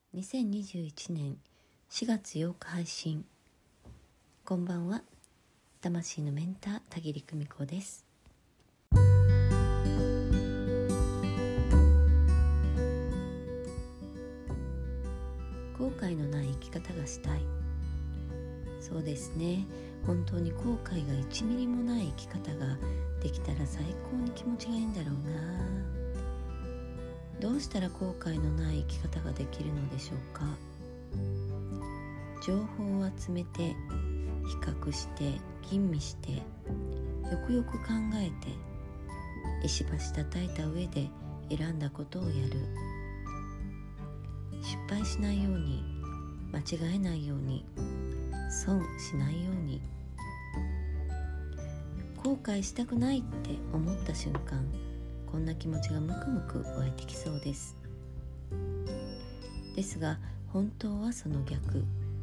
2021年4月8日配信。こんばんは。魂のメンター田切久美子です。後悔のない生き方がしたい。そうですね。本当に後悔が1ミリもない生き方ができたら最高に気持ちがいいんだろうな。どうしたら後悔のない生き方ができるのでしょうか。情報を集めて、比較して、吟味して、よくよく考えて、石橋叩いた上で選んだことをやる。失敗しないように、間違えないように、損しないように。後悔したくないって思った瞬間、こんな気持ちがムクムク湧いてきそうです。ですが本当はその逆。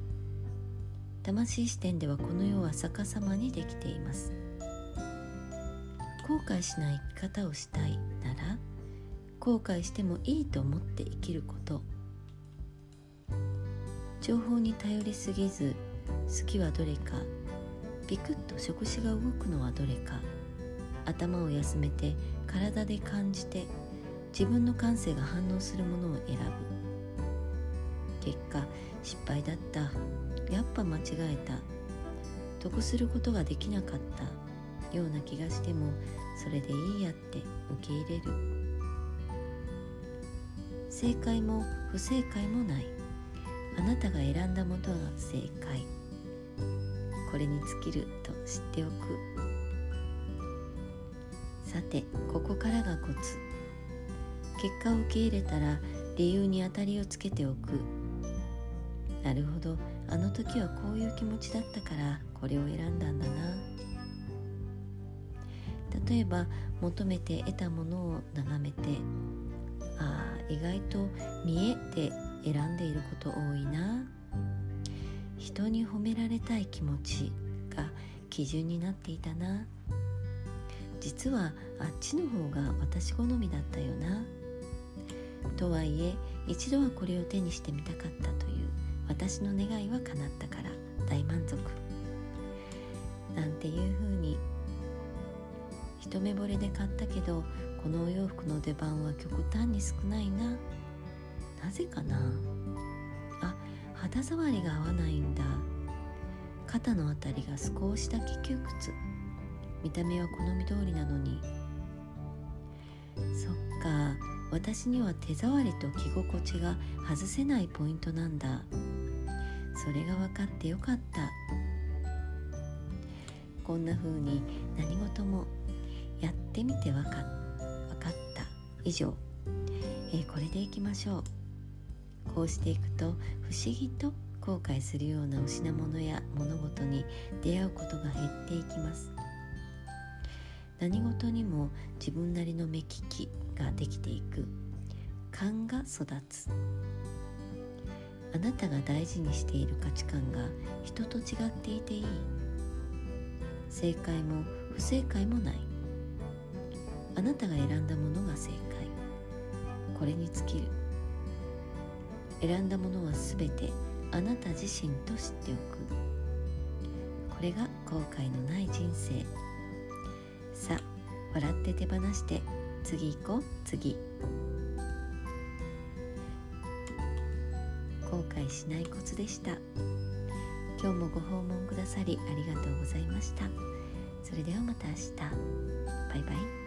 魂視点ではこの世は逆さまにできています。後悔しない生き方をしたいなら、後悔してもいいと思って生きること。情報に頼りすぎず、好きはどれか、ビクッと触手が動くのはどれか、頭を休めて体で感じて、自分の感性が反応するものを選ぶ。結果失敗だった、やっぱ間違えた、得することができなかったような気がしても、それでいいやって受け入れる。正解も不正解もない。あなたが選んだものが正解。これに尽きると知っておく。さて、ここからがコツ。結果を受け入れたら、理由に当たりをつけておく。なるほど、あの時はこういう気持ちだったからこれを選んだんだな。例えば求めて得たものを眺めて、意外と見えて選んでいること多いな。人に褒められたい気持ちが基準になっていたな。実はあっちの方が私好みだったよな。とはいえ、一度はこれを手にしてみたかったという私の願いは叶ったから大満足。なんていうふうに、一目惚れで買ったけどこのお洋服の出番は極端に少ないな。なぜかな。肌触りが合わないんだ。肩のあたりが少しだけ窮屈。見た目は好み通りなのに。そっか、私には手触りと着心地が外せないポイントなんだ。それが分かってよかった。こんな風に何事もやってみて分かった。以上、これでいきましょう。こうしていくと不思議と後悔するようなお品物や物事に出会うことが減っていきます。何事にも自分なりの目利きができていく。勘が育つ。あなたが大事にしている価値観が人と違っていていい。正解も不正解もない。あなたが選んだものが正解。これに尽きる。選んだものはすべてあなた自身と知っておく。これが後悔のない人生。さあ、笑って手放して次行こう。次。後悔しないコツでした。今日もご訪問くださりありがとうございました。それではまた明日。バイバイ。